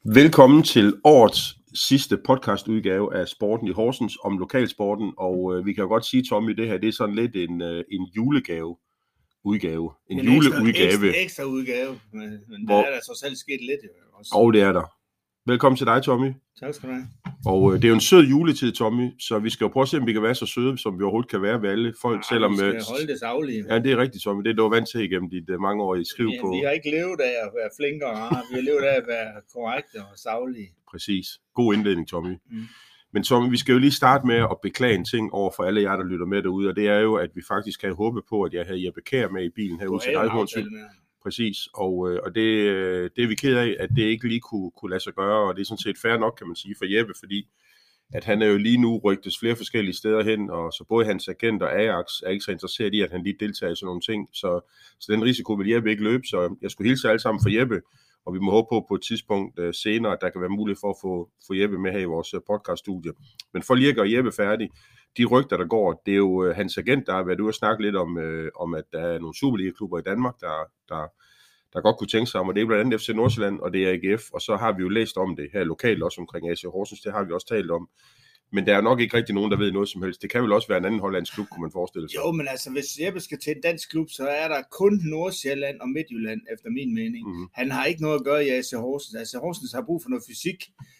Velkommen til årets sidste podcastudgave af Sporten i Horsens om lokalsporten, og vi kan jo godt sige, Tommy, det her det er sådan lidt en juleudgave. En juleudgave. Ekstra udgave, men der er der så selv sket lidt også. Og det er der. Velkommen til dig, Tommy. Tak skal du have. Og det er jo en sød juletid, Tommy, så vi skal jo prøve at se, om vi kan være så søde, som vi overhovedet kan være ved alle folk. Selvom vi skal holde det saglige. Ja, det er rigtigt, Tommy. Det er du vant til igennem dit mangeårige skriv på. Vi har ikke levet af at være flinke og rare. Vi har levet af at være korrekte og saglige. Præcis. God indledning, Tommy. Men Tommy, vi skal jo lige starte med at beklage en ting over for alle jer, der lytter med derude, og det er jo, at vi faktisk kan håbe på, at jeg havde Jeppe Kjær med i bilen herude til dig, Hornsyn. Præcis, og det er vi ked af, at det ikke lige kunne lade sig gøre, og det er sådan set fair nok, kan man sige, for Jeppe, fordi at han er jo lige nu rygtes flere forskellige steder hen, og så både hans agent og Ajax er ikke så interesseret i, at han lige deltager i sådan nogle ting, så den risiko vil Jeppe ikke løbe, så jeg skulle hilse alle sammen for Jeppe, og vi må håbe på et tidspunkt senere, at der kan være mulighed for at få Jeppe med her i vores podcaststudie. Men for lige at gøre Jeppe færdig, de rygter, der går, det er jo hans agent, der har været ude og snakke lidt om, at der er nogle Superliga-klubber i Danmark, der godt kunne tænke sig om, og det er blandt andet FC Nordsjælland, og det er AGF, og så har vi jo læst om det her lokalt, også omkring AC Horsens, det har vi også talt om. Men der er nok ikke rigtig nogen, der ved noget som helst. Det kan vel også være en anden hollandsk klub, kunne man forestille sig. Jo, men altså, hvis Jeppe skal til en dansk klub, så er der kun Nordsjælland og Midtjylland, efter min mening. Han har ikke noget at gøre i AC Horsens. AC Horsens har brug for noget fysik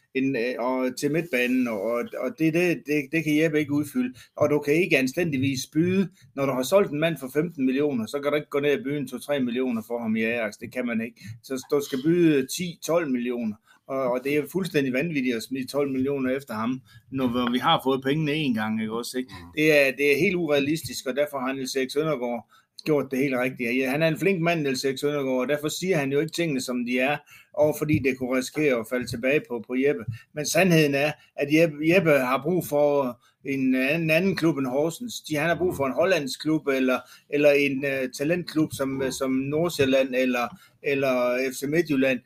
og til midtbanen, og det kan Jeppe ikke udfylde. Og du kan ikke anstændigvis byde, når du har solgt en mand for 15 millioner, så kan du ikke gå ned og byde 2-3 millioner for ham i Ajax. Det kan man ikke. Så du skal byde 10-12 millioner. Og det er fuldstændig vanvittigt at smide 12 millioner efter ham, når vi har fået pengene en gang, ikke også? Ikke? Det er helt urealistisk, og derfor har Niels Erik Søndergaard gjort det helt rigtigt. Han er en flink mand, Niels Erik Søndergaard, og derfor siger han jo ikke tingene, som de er, og fordi det kunne risikere at falde tilbage på Jeppe. Men sandheden er, at Jeppe har brug for en anden klub end Horsens. Han har brug for en hollandsk klub, eller en talentklub som Nordsjælland, eller FC Midtjylland.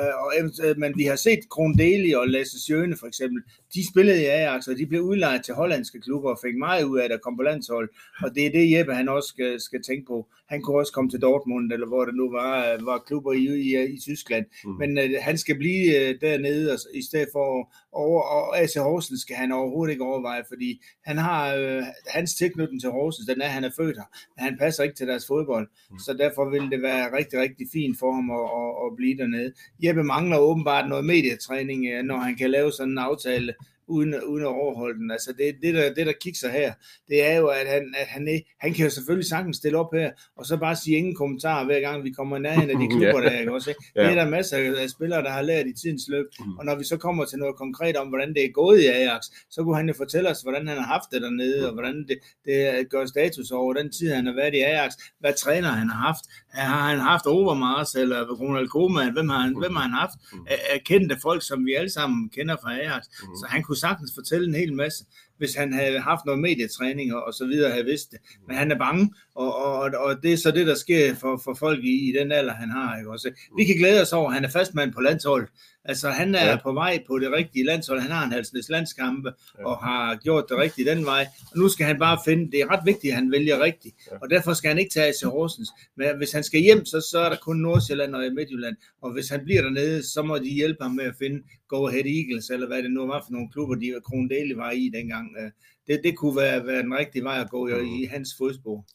Men vi har set Krondeli og Lasse Schöne for eksempel. De spillede i Ajax, og de blev udlejet til hollandske klubber og fik meget ud af det, kom på landshold. Og det er det, Jeppe han også skal tænke på. Han kunne også komme til Dortmund, eller hvor det nu var klubber i Tyskland. Men han skal blive dernede, og i stedet for og AC Horsens skal han overhovedet ikke overveje, fordi han har hans tilknytning til Horsens, den er, han er født her, men han passer ikke til deres fodbold, så derfor vil det være rigtig, rigtig fint for ham at blive dernede. Jeppe mangler åbenbart noget medietræning, når han kan lave sådan en aftale, uden at overholde den. Altså det der kigger her, det er jo, at han kan jo selvfølgelig sagtens stille op her, og så bare sige ingen kommentarer, hver gang vi kommer i nærheden af de klubber, der ikke også. Det er der masser af spillere, der har lært i tidens løb, og når vi så kommer til noget konkret om, hvordan det er gået i Ajax, så kunne han jo fortælle os, hvordan han har haft det dernede, og hvordan det gør status over den tid, han har været i Ajax, hvad træner han har haft. Har han haft Overmars eller Ronald Koeman? Hvem har han haft? Af kendte folk, som vi alle sammen kender fra Ajax. Så han kunne sagtens fortælle en hel masse, hvis han havde haft noget medietræning og så videre, havde vidst det. Men han er bange, og det er så det, der sker for folk i den alder, han har. Ikke også? Vi kan glæde os over, at han er fastmand på landshold. Altså, han er på vej på det rigtige landshold. Han har en halsnæs landskampe og har gjort det rigtigt den vej. Og nu skal han bare finde, det er ret vigtigt, at han vælger rigtigt. Og derfor skal han ikke tage til Horsens. Men hvis han skal hjem, så er der kun Nordsjælland og Midtjylland. Og hvis han bliver dernede, så må de hjælpe ham med at finde Go Ahead Eagles, eller hvad det nu var for nogle klubber, de Krondeli var i dengang. Det kunne være den rigtige vej at gå i hans fodspor.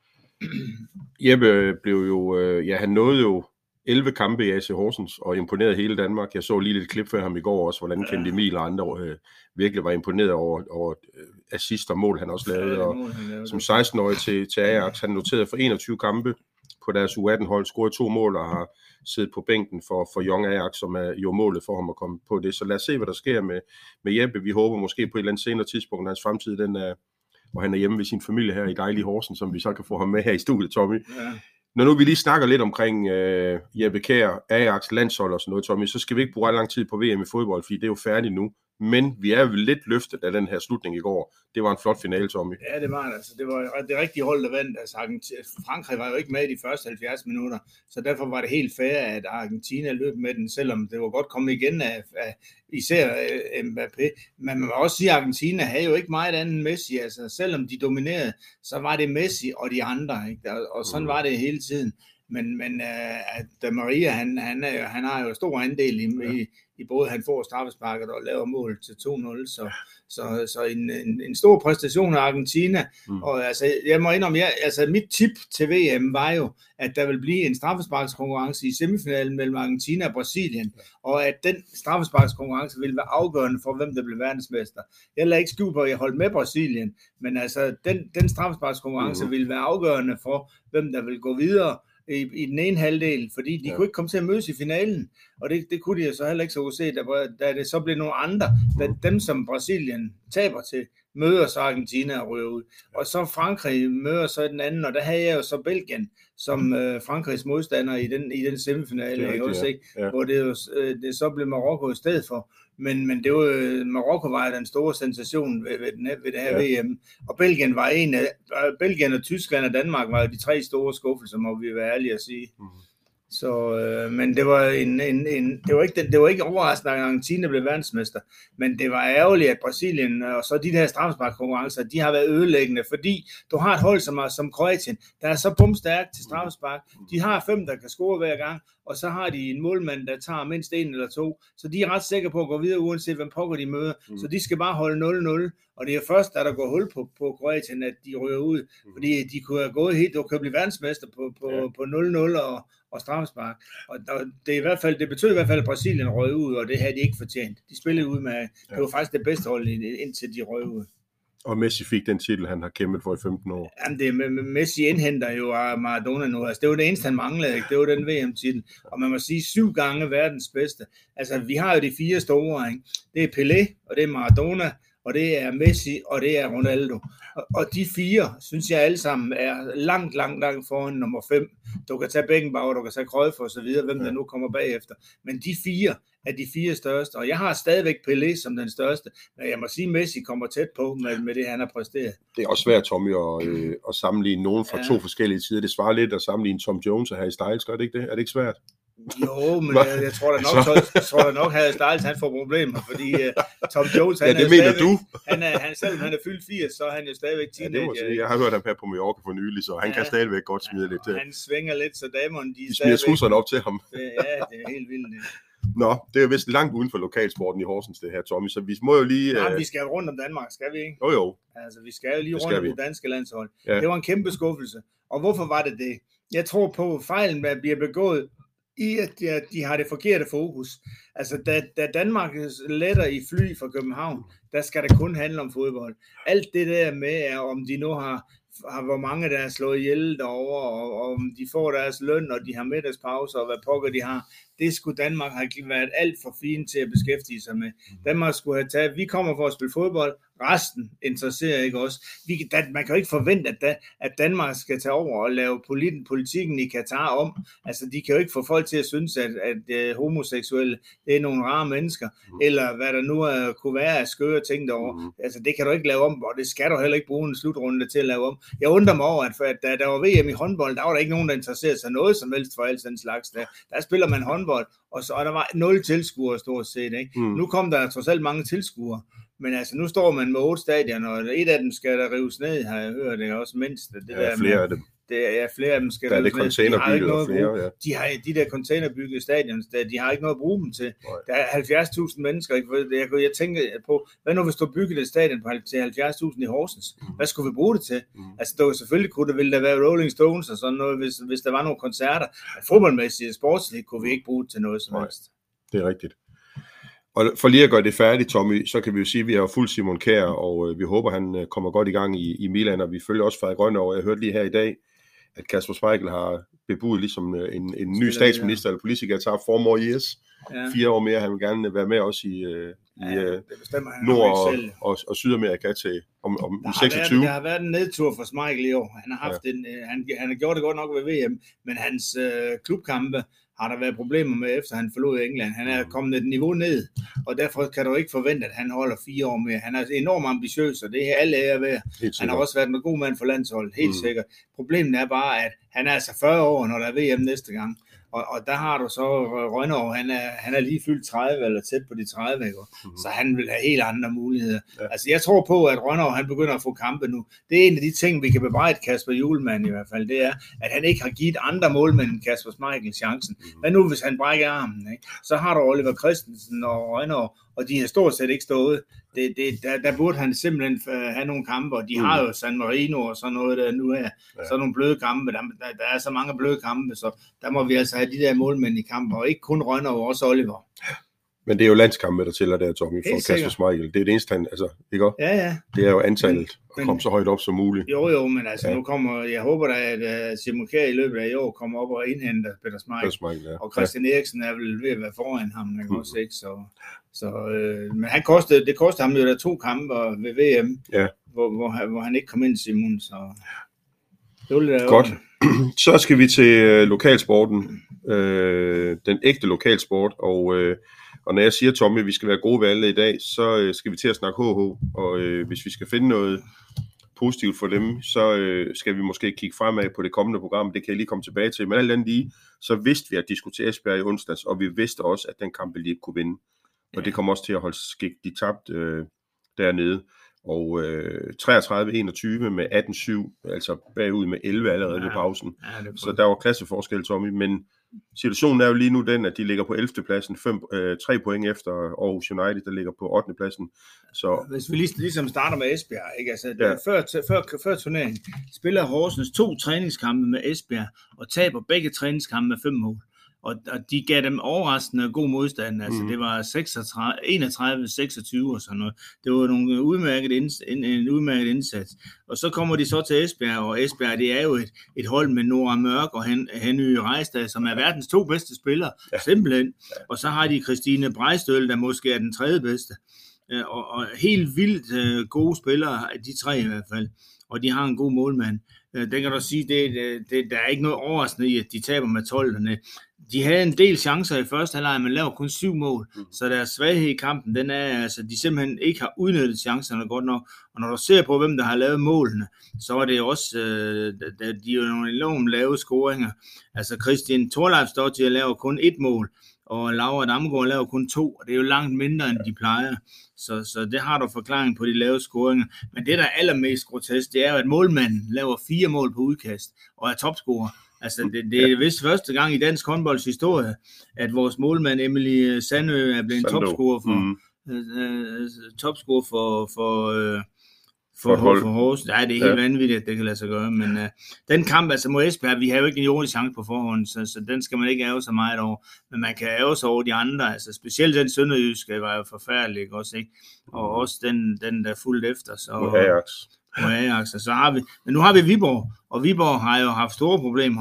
Jeppe blev jo, han nåede jo 11 kampe i AC Horsens og imponerede hele Danmark. Jeg så lige lidt klip for ham i går også, hvordan Kent Emil og andre virkelig var imponeret over assist og mål, han også lavede. Og som 16-årig til Ajax, han noterede for 21 kampe på deres U18-hold, scorede 2 mål og har siddet på bænken for Young Ajax, som er jo målet for ham at komme på det. Så lad os se, hvad der sker med Jeppe. Vi håber måske på et eller andet senere tidspunkt, hans fremtid, den er, hvor han er hjemme ved sin familie her i dejlige Horsens, som vi så kan få ham med her i studiet, Tommy. Ja. Når nu vi lige snakker lidt omkring Jeppe Kjær, Ajax, landshold og sådan noget, Tommy, så skal vi ikke bruge ret lang tid på VM i fodbold, fordi det er jo færdigt nu. Men vi er jo lidt løftet af den her slutning i går. Det var en flot finale, Tommy. Ja, det var det. Altså, det var det rigtige hold, der vandt. Altså, Frankrig var jo ikke med i de første 70 minutter, så derfor var det helt fair, at Argentina løb med den, selvom det var godt kommet igen af især Mbappé. Men man må også sige, at Argentina havde jo ikke meget andet end Messi. Altså, selvom de dominerede, så var det Messi og de andre. Ikke? Og sådan var det hele tiden. men at Maria, han har jo stor andel i både han får straffesparket og laver mål til 2-0, så en stor præstation af Argentina, og altså, jeg må indrømme, mit tip til VM var jo, at der vil blive en straffesparkskonkurrence i semifinalen mellem Argentina og Brasilien, og at den straffesparkskonkurrence vil være afgørende for, hvem der bliver verdensmester. Jeg lader ikke skjul på, at jeg holdt med Brasilien, men altså, den straffesparkskonkurrence vil være afgørende for, hvem der vil gå videre i den ene halvdel, fordi de kunne ikke komme til at mødes i finalen, og det kunne de så heller ikke så se, da det så blev nogle andre, dem som Brasilien taber til, møder så Argentina og ryger ud. Og så Frankrig møder så den anden, og der havde jeg jo så Belgien som Frankrigs modstander i den semifinale, hvor det så blev Marokko i stedet for. Men det var Marokko var den store sensation ved det her VM. Og Belgien var Belgien og Tyskland og Danmark var de 3 store skuffelser, må vi være ærlige at sige. Så, men det var ikke overraskende, at Argentina blev verdensmester, men det var ærgerligt, at Brasilien og så de der straffesparkskonkurrencer, de har været ødelæggende, fordi du har et hold som Kroatien, der er så bumstærkt til straffespark. De har 5, der kan score hver gang, og så har de en målmand, der tager mindst 1 eller 2, så de er ret sikre på at gå videre, uanset hvem pokker de møder, så de skal bare holde 0-0, og det er først, da der går hul på Kroatien, at de ryger ud, fordi de kunne have gået helt, og kunne blive verdensmester på 0-0 og straffespark. Og det betød i hvert fald, at Brasilien røg ud, og det havde de ikke fortjent. De spillede ud med, det var faktisk det bedste hold, indtil de røg ud. Og Messi fik den titel, han har kæmpet for i 15 år. Jamen, Messi indhenter jo Maradona nu. Altså, det var det eneste, han manglede. Ikke? Det var den VM-titel. Og man må sige 7 gange verdens bedste. Altså, vi har jo de 4 store. Ikke? Det er Pelé, og det er Maradona, og det er Messi, og det er Ronaldo. Og de 4, synes jeg alle sammen, er langt foran nummer 5. Du kan tage Beckenbauer, du kan tage Cruyff og så videre, hvem der nu kommer bagefter. Men de 4 er de 4 største, og jeg har stadigvæk Pelé som den største, men jeg må sige, at Messi kommer tæt på med det, han har præsteret. Det er også svært, Tommy, at sammenligne nogen fra 2 forskellige sider. Det svarer lidt at sammenligne Tom Jones og Harry Styles, gør det ikke det? Er det ikke svært? Jo, men jeg tror da nok, Harry Styles han får problemer, fordi Tom Jones, han det mener du? Selvom han er fyldt 80, så er han jo stadigvæk teenager. Jeg har hørt ham her på Mallorca for nylig, så han kan stadigvæk godt smide lidt. Han svinger lidt, så damerne, de smider trusserne op til ham. Ja, det er helt vildt. Nå, det er jo vist langt uden for lokalsporten i Horsens, det her, Tommy, så vi må jo lige... vi skal jo rundt om Danmark, skal vi ikke? Jo. Altså, vi skal jo lige rundt om det danske landshold. Ja. Det var en kæmpe skuffelse. Og hvorfor var det det? Jeg tror på, fejlen bliver begået i, at de har det forkerte fokus. Altså, da Danmark letter i fly fra København, der skal det kun handle om fodbold. Alt det der med, om de nu har hvor mange der er slået ihjel derovre, og om de får deres løn, og de har middagspause, og hvad pokker de har, det skulle Danmark have været alt for fint til at beskæftige sig med. Danmark skulle have taget, vi kommer for at spille fodbold, resten interesserer ikke os. Man kan jo ikke forvente, at Danmark skal tage over og lave politikken i Katar om. Altså, de kan jo ikke få folk til at synes, at homoseksuelle, det er nogle rare mennesker, eller hvad der nu kunne være af skøre ting derovre. Altså, det kan du ikke lave om, og det skal du heller ikke bruge en slutrunde til at lave om. Jeg undrer mig over, at da der var VM i håndbold, der var der ikke nogen, der interesserede sig noget som helst for alt sådan slags. Der spiller man håndbold, og der var 0 tilskuere stort set. Ikke? Nu kom der trods alt mange tilskuere. Men altså, nu står man med 8 stadioner, og et af dem skal der rives ned, har jeg hørt, det er også mindst. Flere af dem. Flere af dem skal rives ned. Der er det containerbygget og flere, ja. De der containerbyggede stadions, de har ikke noget at bruge dem til. Nej. Der er 70.000 mennesker. Jeg tænker på, hvad nu hvis du byggede et stadion til 70.000 i Horsens? Hvad skulle vi bruge det til? Altså, selvfølgelig ville der være Rolling Stones og sådan noget, hvis der var nogle koncerter. Men fodboldmæssigt sportsligt kunne vi ikke bruge det til noget som helst. Det er rigtigt. Og for lige at gøre det færdigt, Tommy, så kan vi jo sige, at vi har fuldt Simon Kjær, og vi håber, han kommer godt i gang i Milan, og vi følger også Frederik Rønne. Jeg hørte lige her i dag, at Kasper Schmeichel har bebudet ligesom en ny statsminister eller politiker, tager 4 more years. 4 år mere, han vil gerne være med også i Nord- og Sydamerika til om 26. Der har været en nedtur for Schmeichel i år. Han har haft han har gjort det godt nok ved VM, men hans klubkampe har der været problemer med, efter han forlod England. Han er kommet et niveau ned, og derfor kan du ikke forvente, at han holder 4 år mere. Han er enormt ambitiøs, og det er alle ære værd. Han har også været en god mand for landsholdet, helt sikkert. Problemet er bare, at han er altså 40 år, når der er VM næste gang. Og der har du så Rønnow, han er lige fyldt 30, eller tæt på de 30, ikke? Så han vil have helt andre muligheder. Ja. Altså, jeg tror på, at Rønnow, han begynder at få kampe nu. Det er en af de ting, vi kan bebrejde Kasper Hjulmand i hvert fald, det er, at han ikke har givet andre målmænd end Kasper Schmeichel chancen. Men nu, hvis han brækker armen, ikke? Så har du Oliver Christensen og Rønnow, og de har stort set ikke stået. Der burde han simpelthen have nogle kampe, og de har jo San Marino og sådan noget der nu er. Så nogle bløde kampe. Der er så mange bløde kampe, så der må vi altså have de der målmænd i kampe, og ikke kun Rønnow, og også Oliver. Men det er jo landskampe, der tæller der, Tommy, for Kasper Schmeichel. Det er det eneste, han, altså, ikke også? Ja. Det er jo antallet at komme så højt op som muligt. Jo, men altså, nu kommer, jeg håber da, at Simon Kjær i løbet af i år kommer op og indhenter Peter Schmeichel. Ja. Og Christian Eriksen er vel ved at være foran ham, ikke også, ikke? Men det kostede ham jo der 2 kampe ved VM, hvor han ikke kom ind, Simon, så det var lidt godt. Så skal vi til lokalsporten, den ægte lokalsport, og når jeg siger, Tommy, vi skal være gode ved alle i dag, så skal vi til at snakke HH, og hvis vi skal finde noget positivt for dem, så skal vi måske kigge fremad på det kommende program, det kan jeg lige komme tilbage til, men alt andet lige, så vidste vi at diskutere Esbjerg i onsdags, og vi vidste også, at den kamp ville de ikke kunne vinde, og det kom også til at holde skik, de tabte dernede, og 33-21 med 18-7, altså bagud med 11 allerede ved pausen, så der var klasseforskel, Tommy, men situationen er jo lige nu den, at de ligger på 11. pladsen, 3 point efter Aarhus United, der ligger på 8. pladsen. Så hvis vi ligesom starter med Esbjerg, ikke? Altså, før turneringen spiller Horsens 2 træningskampe med Esbjerg, og taber begge træningskampe med 5 mål. Og de gav dem overraskende god modstand. Altså, det var 31-26 og sådan noget. Det var en udmærket indsats. Og så kommer de så til Esbjerg, og Esbjerg, det er jo et hold med Nora Mørk og Henny Rejstad, som er verdens 2 bedste spillere, simpelthen. Og så har de Christine Brejstøl, der måske er den 3. bedste. Og helt vildt gode spillere, de 3 i hvert fald. Og de har en god målmand. Det kan du sige, der er ikke noget overraskende i, at de taber med 12'erne. De havde en del chancer i første halvleg, men laver kun 7 mål. Så deres svaghed i kampen, den er, altså, de simpelthen ikke har udnyttet chancerne godt nok. Og når du ser på, hvem der har lavet målene, så er det også, de er jo nogle enormt lave scoringer. Altså Christian Thorleifsdottir laver kun 1 mål, og Laura Damgaard laver kun 2, og det er jo langt mindre, end de plejer. Så det har du forklaring på de lave scoringer. Men det, der er allermest grotesk, det er jo, at målmanden laver 4 mål på udkast, og er topscorer. Altså, det er vist første gang i dansk håndbolds historie, at vores målmand Emily Sandø er blevet topscorer for Horsens. Ja, det er helt vanvittigt, at det kan lade sig gøre, men den kamp, altså mod Esbjerg, vi har jo ikke en jordig chance på forhånd, så den skal man ikke ærge så meget over, men man kan ærge sig over de andre, altså specielt den sønderjyske var jo forfærdelig, også, ikke? Og også den der fuldt efter, så Ajax, så har vi, men nu har vi Viborg, og Viborg har jo haft store problemer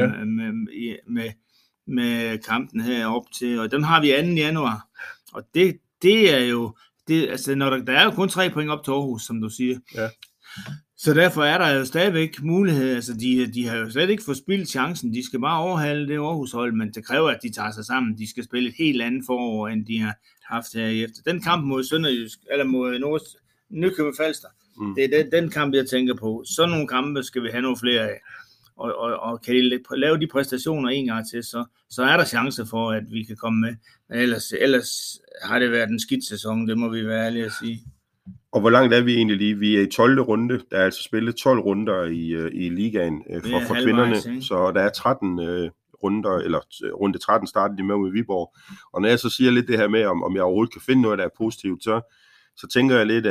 med kampen her op til, og dem har vi 2. januar, og det er jo, altså når der er jo kun 3 point op til Aarhus, som du siger. Ja. Så derfor er der jo stadigvæk mulighed, altså de har jo slet ikke fået spillet chancen, de skal bare overhale det Aarhus-hold, men det kræver, at de tager sig sammen, de skal spille et helt andet forår, end de har haft her i efter. Den kamp mod Sønderjysk, eller mod Nykøbing Falster, det er den kamp, jeg tænker på. Sådan nogle kampe skal vi have nogle flere af. Og kan de lave de præstationer en gang til, så er der chance for, at vi kan komme med. Men ellers har det været en skidt sæson, det må vi være ærlige at sige. Og hvor langt er vi egentlig lige? Vi er i 12. runde. Der er altså spillet 12 runder i ligaen for kvinderne. Så der er 13 runder, eller runde 13 startede de med Viborg. Og når jeg så siger lidt det her med, om jeg overhovedet kan finde noget, der er positivt, så tænker jeg lidt,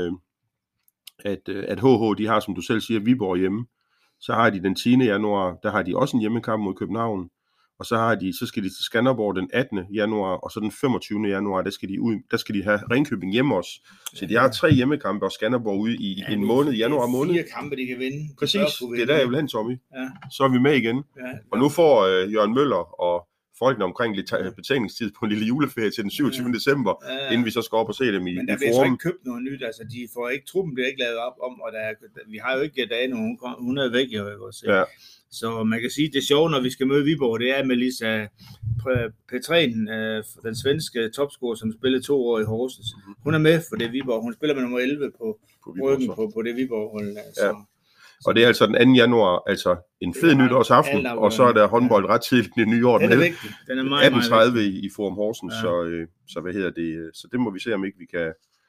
at HH, de har, som du selv siger, Viborg hjemme. Så har de den 10. januar, der har de også en hjemmekamp mod København. Og så skal de til Skanderborg den 18. januar, og så den 25. januar, der skal de have Ringkøbing hjemme også. Så de har 3 hjemmekampe og Skanderborg ude i en måned, januar måned. 4 kampe, de kan vinde. Præcis, det er der jeg vil hen, Tommy. Ja. Så er vi med igen. Ja. Og nu får Jørgen Møller og folkene omkring lidt betænkningstid på en lille juleferie til den 27. december, inden vi så skal op og se dem i forum. Men der bliver ikke købt noget nyt, altså truppen bliver ikke lavet op om, og vi har jo ikke dagen, hun er væk, jo ikke også. Ja. Så man kan sige, det er sjovt, når vi skal møde Viborg, det er Melissa Petrén, den svenske topscorer, som spillede 2 år i Horsens. Hun er med for det Viborg, hun spiller med nummer 11 på ryggen på det Viborg-hold. Altså. Ja. Og det er altså den 2. januar, altså en fed nytårsaften, og så er der håndbold ret tidligt i det nye år. Den er vigtig. Den er meget, 18:30 i Forum Horsens, så hvad hedder det? Så det må vi se, om ikke vi kan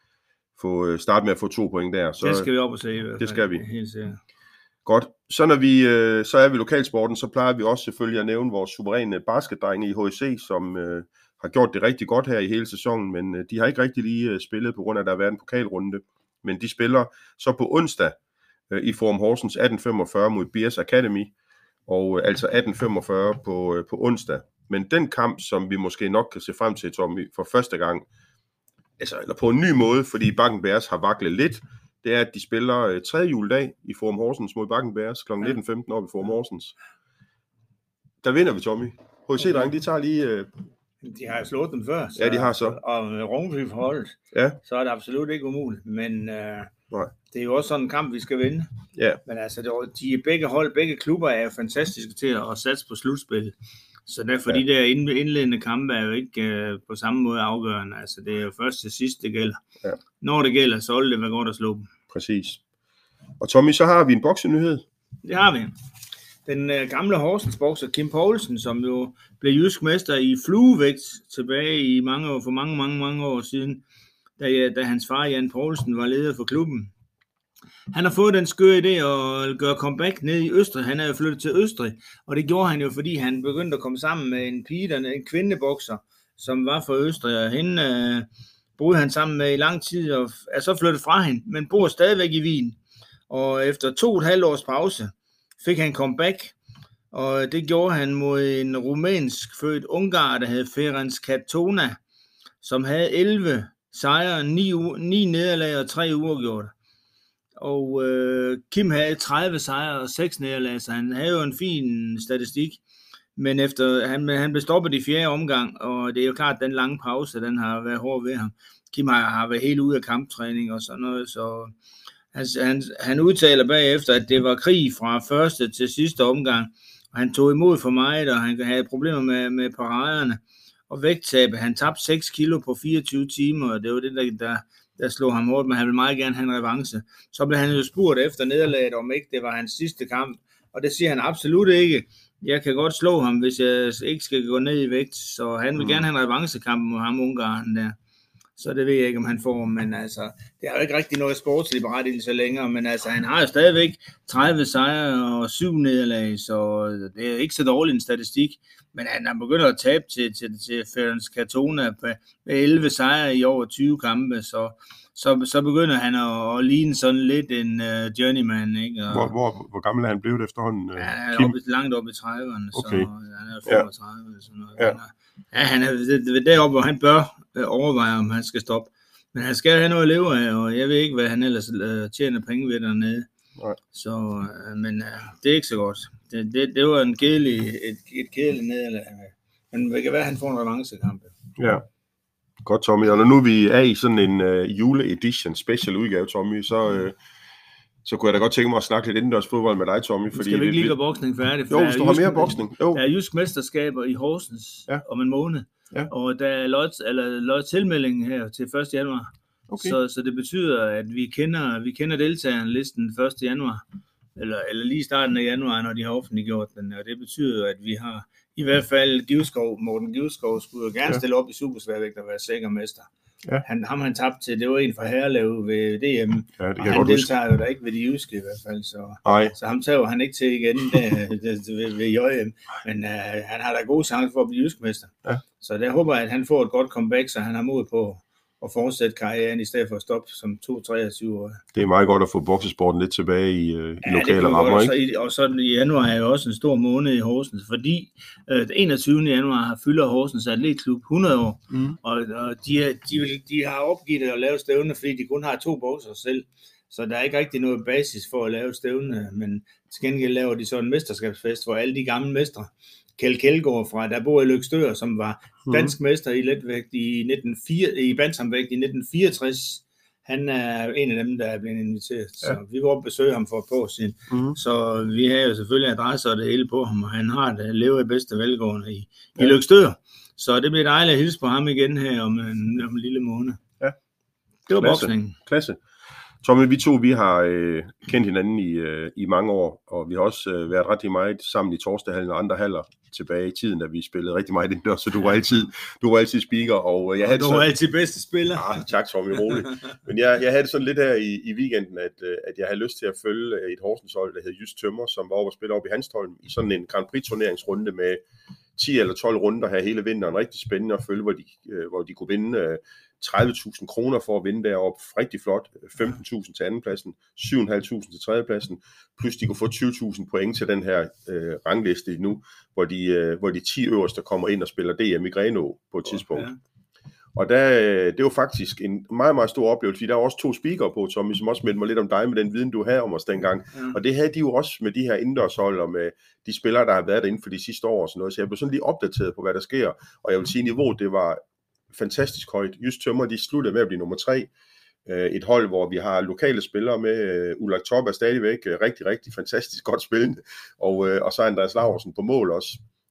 få starte med at få 2 point der. Så, det skal vi op og se i hvert fald. Det skal vi. Helt sikkert. Godt. Så så er vi lokalsporten, så plejer vi også selvfølgelig at nævne vores suveræne basketdrenge i HSC, som har gjort det rigtig godt her i hele sæsonen, men de har ikke rigtig lige spillet på grund af, at der har været en pokalrunde. Men de spiller så på onsdag i Forum Horsens 18:45 mod Beers Academy, og altså 18:45 på onsdag. Men den kamp, som vi måske nok kan se frem til, Tommy, for første gang, altså, eller på en ny måde, fordi Bakken Bears har vaklet lidt, det er, at de spiller 3. juledag i Forum Horsens mod Bakken Bears kl. 19:15 op i Forum Horsens. Der vinder vi, Tommy. HC-drenge, de tager lige... De har jo slået dem før. Ja, de har så. Og med Rungby forholdet, så er det absolut ikke umuligt. Men det er jo også sådan en kamp, vi skal vinde. Ja. Men altså, begge klubber er fantastiske til at satse på slutspillet. Så derfor de der indledende kampe er jo ikke på samme måde afgørende. Altså, det er jo først til sidst, det gælder. Ja. Når det gælder, så vil det være godt at slå dem. Præcis. Og Tommy, så har vi en boksenyhed. Det har vi. Den gamle Horsens bokser Kim Poulsen, som jo blev jysk mester i fluevægt tilbage i for mange år siden, da hans far Jan Poulsen var leder for klubben. Han har fået den skøre idé at gøre comeback ned i Østrig. Han er jo flyttet til Østrig, og det gjorde han jo, fordi han begyndte at komme sammen med en pige, en kvindebokser, som var fra Østrig, og hende boede han sammen med i lang tid, og er så flyttet fra hende, men bor stadigvæk i Wien. Og efter 2,5 års pause fik han comeback, og det gjorde han mod en rumænsk født ungar, der hed Ferenc Catona, som havde 11 sejre, 9 nederlag og 3 uafgjorte. Og Kim havde 30 sejre og 6 nederlag, så han havde jo en fin statistik. Men han blev stoppet i 4. omgang, og det er jo klart, at den lange pause, den har været hård ved ham. Kim har været helt ude af kamptræning og sådan noget, så han udtaler bagefter, at det var krig fra første til sidste omgang, og han tog imod for meget, og han havde problemer med paraderne og vægttab. Han tabte 6 kilo på 24 timer, og det var det, der slog ham hårdt, men han ville meget gerne have en revanche. Så blev han jo spurgt efter nederlaget, om ikke det var hans sidste kamp, og det siger han absolut ikke. Jeg kan godt slå ham, hvis jeg ikke skal gå ned i vægt, så han vil gerne have en revanchekamp mod ham ungaren der. Så det ved jeg ikke, om han får, men altså, det er jo ikke rigtig noget sportslig berettigelse længere, men altså, han har jo stadigvæk 30 sejre og 7 nederlag, så det er ikke så dårlig en statistik, men han begynder at tabe til Ferenc Catona med 11 sejre i over 20 kampe, så begynder han at ligne sådan lidt en journeyman, ikke? Og, hvor gammel er han blevet efterhånden? Han er langt op i 30'erne, okay. Så han er 35 eller sådan noget. Ja. Han er deroppe, hvor han bør overveje, om han skal stoppe. Men han skal have noget at leve af, og jeg ved ikke, hvad han ellers tjener penge ved dernede. Nej. Så, men det er ikke så godt. Det var et kedeligt nederlag. Men det kan være, at han får en revanchekamp. Ja. Godt, Tommy. Og når nu vi er i sådan en juleedition special udgave, Tommy, så kunne jeg da godt tænke mig at snakke lidt indendørs fodbold med dig, Tommy. Fordi skal vi ikke lige gøre boksning færdig? Jo, hvis du har mere boksning. Der er jysk mesterskaber i Horsens om en måned. Ja. Og der er lod tilmeldingen her til 1. januar. Okay. Så det betyder, at vi kender deltagerlisten 1. januar. Eller lige starten af januar, når de har offentliggjort den. Og det betyder, at vi har i hvert fald Morten Givskov skulle jo gerne stille op i supersværvægt og være sikker mester. Ja. Han tabte til, det var en fra Herlev ved DM, og han deltager jo da ikke ved de jyske i hvert fald, så ham tager han ikke til igen ved JM, men han har da gode chancer for at blive jysk mester. Ja. Så der håber jeg, at han får et godt comeback, så han har mod på at fortsætte karrieren i stedet for at stoppe som 23 år. Det er meget godt at få boksesporten lidt tilbage i lokale rammer, ikke? Og så i januar er jo også en stor måned i Horsens, fordi 21. januar fylder Horsens Atletklub 100 år, og de har opgivet at lave stævne, fordi de kun har 2 bokser selv, så der er ikke rigtig noget basis for at lave stævne, men til gengæld laver de så en mesterskabsfest, hvor alle de gamle mestre, Kjeld Kjeldgaard fra, der bor i Løgstør, som var dansk mester i letvægt i bantamvægt i 1964. Han er en af dem, der er blevet inviteret. Så vi var oppe og besøge ham for et par år siden. Så vi har jo selvfølgelig adresser og det hele på ham, og han har det lever i bedste velgående i Løgstør. Så det bliver dejligt at hilse på ham igen her om en lille måned. Ja. Det var boksningen. Klasse. Tommy, vi har kendt hinanden i mange år, og vi har også været rigtig meget sammen i Torsdaghallen og andre haller tilbage i tiden, da vi spillede rigtig meget indendørs, så du var altid speaker. Og jeg havde du var altid bedste spiller. Tak, Tommy, roligt. Men jeg havde det sådan lidt her i weekenden, at jeg havde lyst til at følge et Horsens-hold, der hed Jysk Tømmer, som var over at spille op i Hanstholm, i sådan en Grand Prix-turneringsrunde med 10 eller 12 runder her hele vinteren. Rigtig spændende at følge, hvor de kunne vinde 30.000 kroner for at vinde deroppe. Rigtig flot. 15.000 til andenpladsen, 7.500 til tredjepladsen, plus de kunne få 20.000 point til den her rangliste nu, hvor de 10 øverste kommer ind og spiller DM i Grenaa på et tidspunkt. Okay. Og det var faktisk en meget, meget stor oplevelse, fordi der var også 2 speakere på, Tommy, som også meldte mig lidt om dig med den viden, du havde om os dengang. Ja. Og det havde de jo også med de her indendørshold og med de spillere, der har været der inden for de sidste år og sådan noget. Så jeg blev sådan lige opdateret på, hvad der sker. Og jeg vil sige, niveauet, det var fantastisk højt. Jysk Tømmer, de sluttede med at blive nummer 3. Et hold, hvor vi har lokale spillere med. Ulrik Top er stadigvæk rigtig, rigtig fantastisk godt spillende. Og så Andreas Laursen på mål også.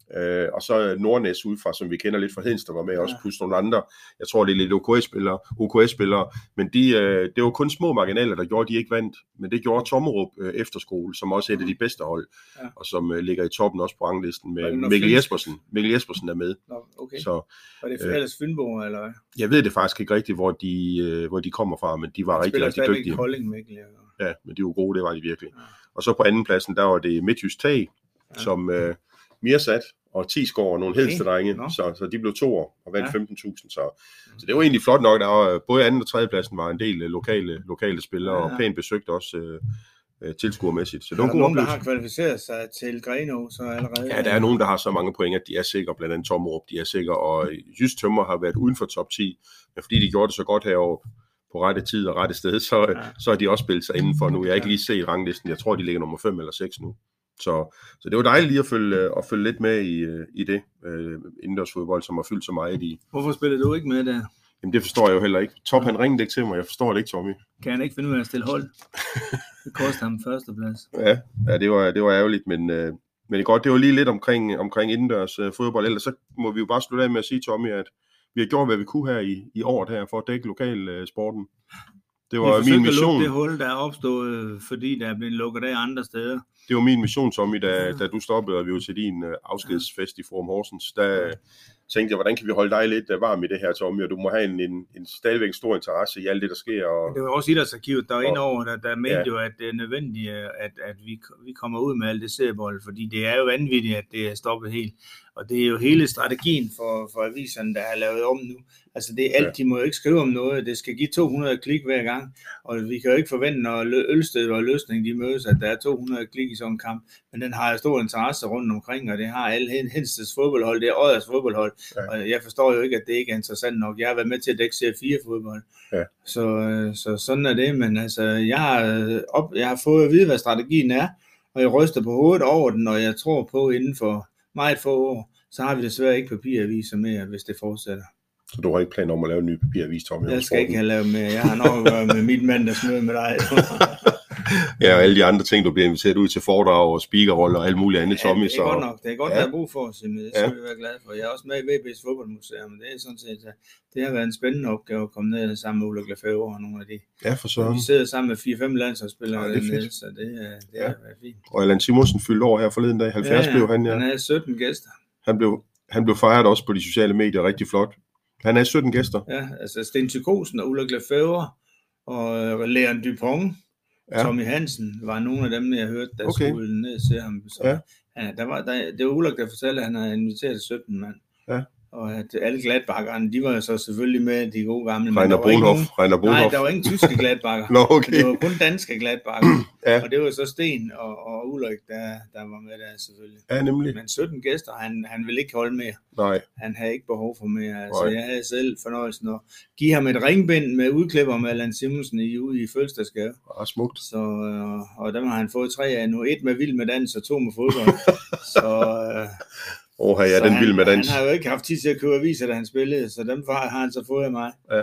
Og så Nordnæs udefra, som vi kender lidt fra Hedens, der var med også, plus nogle andre. Jeg tror, det er lidt OKS-spillere, men det var kun små marginaler, der gjorde, de ikke vandt. Men det gjorde Tommerup Efterskole, som også er et af de bedste hold, og som ligger i toppen også på ranglisten med Mikkel Jespersen. Mikkel Jespersen er med. Okay. Så, var det for ellers Fynborg, eller hvad? Jeg ved det faktisk ikke rigtigt, hvor de kommer fra, men de var rigtig, rigtig dygtige. Kolding, Mikkel, ja, men de var gode, det var de virkelig. Ja. Og så på andenpladsen, der var det Midtjysk Tag, som Mirsat og Tisgaard og nogle Hedstedrenge, så de blev 2 år og vandt 15.000. Så det var egentlig flot nok. Der var, både anden og tredje pladsen var en del lokale spillere, og pænt besøgt også tilskuermæssigt. Så der er nogen, der har kvalificeret sig til Grenaa så allerede? Ja, der er nogen, der har så mange point, at de er sikre, blandt andet Tommerup, de er sikre, og Jysk Tømmer har været uden for top 10, men fordi de gjorde det så godt heroppe på rette tid og rette sted, så har de også spillet sig indenfor nu. Jeg har ikke lige set ranglisten. Jeg tror, de ligger nummer 5 eller 6 nu. Så det var dejligt lige at følge lidt med i det indendørsfodbold, som har fyldt så meget i. Hvorfor spillede du ikke med der? Jamen det forstår jeg jo heller ikke. Top, han ringede ikke til mig. Jeg forstår det ikke, Tommy. Kan han ikke finde ud af at stille hold? Det kostede ham førsteplads. Ja, det var ærgerligt, men det godt. Det var lige lidt omkring indendørs fodbold. Ellers så må vi jo bare slutte af med at sige, Tommy, at vi har gjort, hvad vi kunne her i året her for at dække lokalsporten. Det var min mission. Det hul, der er opstået, fordi der er blevet lukket af andre steder. Det var min mission, Tommy, da du stoppede, og vi var til din afskedsfest i Forum Horsens. Der tænkte jeg, hvordan kan vi holde dig lidt varm i det her, Tommy, og du må have en stadigvæk stor interesse i alt det, der sker. Og det var også Idrætsarkivet, der var indover, der mente jo, at det er nødvendigt, at vi kommer ud med alt det seriebold, fordi det er jo vanvittigt, at det er stoppet helt. Og det er jo hele strategien for aviserne, der er lavet om nu. Altså det er alt, de må jo ikke skrive om noget. Det skal give 200 klik hver gang. Og vi kan jo ikke forvente, når Ølsted og Løsning de mødes, at der er 200 klik i sådan en kamp. Men den har jo stor interesse rundt omkring, og det har alle Hensteds fodboldhold, det er Odders fodboldhold. Ja. Og jeg forstår jo ikke, at det ikke er interessant nok. Jeg har været med til at dække C4-fodbold. Ja. Så sådan er det. Men altså, jeg har fået at vide, hvad strategien er, og jeg ryster på hovedet over den, og jeg tror på, inden for meget få år, så har vi desværre ikke papiraviser mere, hvis det fortsætter. Så du har ikke planer om at lave en ny papiravis, Tommy? Jeg skal ikke have lavet mere. Jeg har nok at gøre med mit mandagsmøde med dig. Ja, og alle de andre ting, du bliver inviteret ud til foredrag og speakerroller og alt muligt andet, Tommy. Det er godt nok. Det er godt, der er brug for os. Det skal vi være glade for. Jeg er også med i VB's fodboldmuseum, men det er sådan set, det har været en spændende opgave at komme ned sammen med Ulrik Lefebvre og nogle af de. Ja, for søren. Vi sidder sammen med 4-5 landsholdsspillere dernede, så det har været fint. Og Allan Simonsen fyldte over her forleden dag. 70 blev han, Han havde 17 gæster. Han blev fejret også på de sociale medier rigtig flot. Han er 17 gæster. Ja, altså Sten Tykosen og Ulrik Lefebvre og Leon Dupont, Tommy Hansen var nogle af dem, jeg hørte, der skulle ned til ham. Så det var Ulrik, der fortalte, at han havde inviteret 17 mand. Ja. Og at alle Gladbakkerne, de var jo så selvfølgelig med, de gode gamle. Reiner Brunhoff. Nej, der var ingen tyske Gladbakker. Nå, okay. Det var kun danske Gladbakker. Ja. Og det var så Sten og Ulrik, der var med der selvfølgelig. Ja, nemlig. Men 17 gæster, han ville ikke holde mere. Nej. Han havde ikke behov for mere. Altså, jeg havde selv fornøjelsen at give ham et ringbind med udklipper med Allan Simonsen i fødselsdagsgave. Smukt. Så, og dem har han fået 3 af nu. 1 med vild med dans og 2 med fodbold. Så... den vild med dans. Han har jo ikke haft tid til at købe aviser, da han spillede, så dem har han så fået af mig. Ja.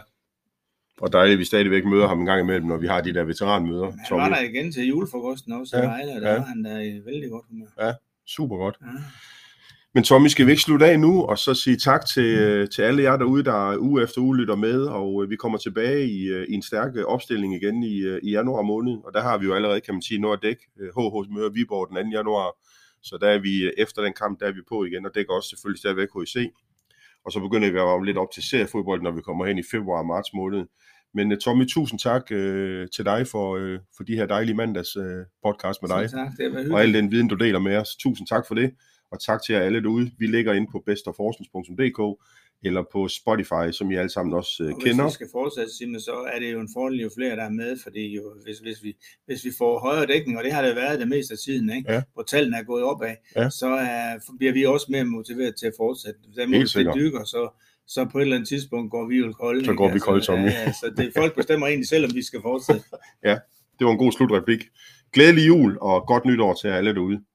Og dejligt, at vi stadigvæk møder ham en gang imellem, når vi har de der veteranmøder. Han var der igen til julefrokosten også i Vejle, og der var han der i vældig godt humør. Ja, super godt. Ja. Men Tommy, skal vi ikke slutte af nu, og så sige tak til alle jer derude, der uge efter uge lytter med, og vi kommer tilbage i en stærk opstilling igen i januar måned, og der har vi jo allerede, kan man sige, noget at dække. HH møder Viborg den 2. januar, så der er vi efter den kamp, der er vi på igen, og dækker også selvfølgelig stadigvæk HIC. Og så begynder vi at varme lidt op til seriefodbold, når vi kommer hen i februar og marts måned. Men Tommy, tusind tak til dig for de her dejlige mandags podcast med dig. Tak, og al den viden, du deler med os. Tusind tak for det. Og tak til jer alle derude. Vi ligger inde på bestofhorsens.dk eller på Spotify, som I alle sammen også kender. Hvis vi skal fortsætte, Signe, så er det jo en fordel, jo flere der er med, fordi jo, hvis vi får højere dækning, og det har det været det meste af tiden, ikke? Ja. Hvor tallene er gået opad, så bliver vi også mere motiveret til at fortsætte. Hvis det dykker, så på et eller andet tidspunkt går vi jo kolde. Så går vi kolde, Tommy. Så folk bestemmer egentlig selv, om vi skal fortsætte. Ja, det var en god slutreplik. Glædelig jul og godt nytår til alle derude.